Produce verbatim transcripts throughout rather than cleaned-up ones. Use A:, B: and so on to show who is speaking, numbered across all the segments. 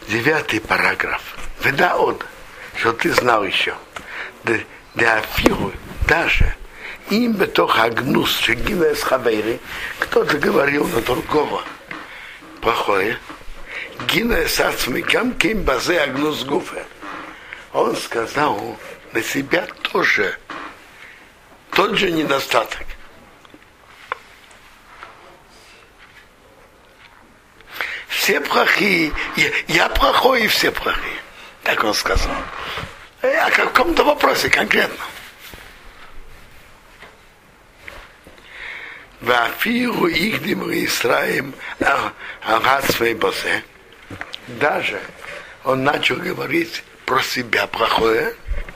A: девятый параграф. Веда он, что ты знал еще. Для афиру даже им бы то хагнус, шегина с хавейры, кто-то говорил на другого плохое. Гина с ацмикам кем базе агнус гуфе. Он сказал на себя тоже тот же недостаток. Все плохие, я, я плохой и все плохие. Так он сказал. О каком-то вопросе конкретно. Вафиру их димри Исраим агацвей босе. Даже он начал говорить про себя плохое.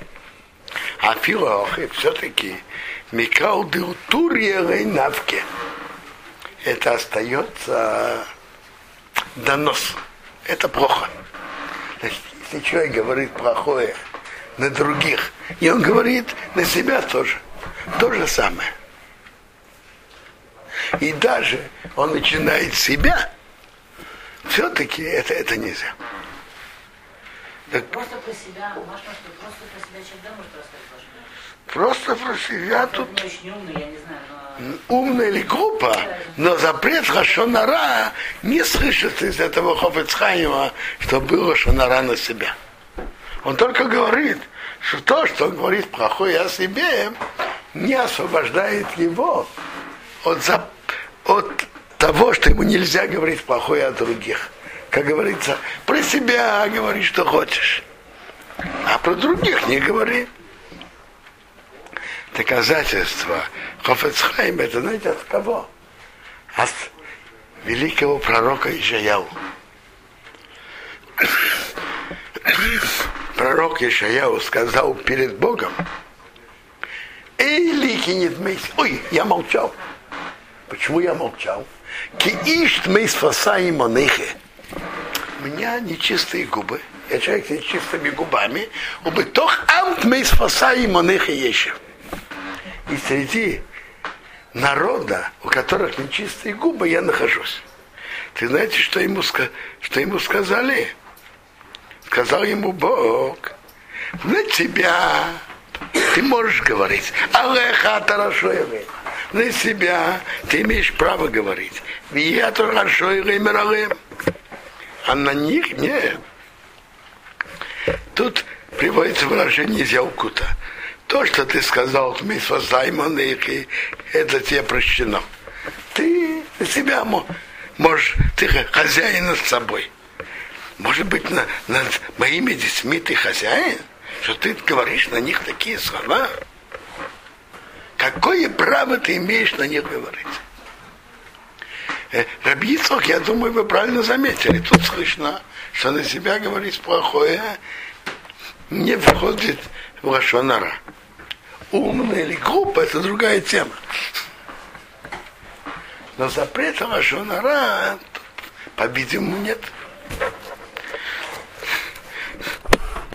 A: Афиру все-таки микал дилтурия рейнавке. Это остается донос. Это плохо. Значит, если человек говорит плохое на других, и он говорит на себя тоже. То же самое. И даже он начинает себя, все-таки это, это нельзя. Так,
B: просто про себя, можно, что просто про себя человек, да, может рассказать?
A: Просто про себя тут
B: не очень умный, я не знаю, но...
A: умная или группа, но запрет Шонара не слышится из этого Хофец Хаима, что было Шонара на себя. Он только говорит, что то, что он говорит плохое о себе, не освобождает его от, зап... от того, что ему нельзя говорить плохое о других. Как говорится, про себя говори, что хочешь, а про других не говори. Доказательство Хофец Хаим, это знаете от кого? От великого пророка Ишаяу. Пророк Ишаяу сказал перед Богом: «Эй, лики нет мейс». Ой, я молчал. Почему я молчал? Ки ишт мейс фасаи монехе. У меня нечистые губы. Я человек с нечистыми губами. Убытох амт мейс фасаи монехе ешев. И среди народа, у которых нечистые губы, я нахожусь. Ты знаете, что ему, что ему сказали? Сказал ему Бог: на тебя ты можешь говорить, алеха тарашоеве. На себя ты имеешь право говорить. Я тарашоеве миралем. А на них нет. Тут приводится выражение из Ялкута. То, что ты сказал, это тебе прощено. Ты на себя можешь, ты хозяин над собой. Может быть, на, над моими детьми ты хозяин, что ты говоришь на них такие слова. Какое право ты имеешь на них говорить? Раби Ицхак, я думаю, вы правильно заметили. Тут слышно, что на себя говорить плохое не входит в лашон ара. Умная или группа — это другая тема. Но запрета лашон ара, по-видимому, нет.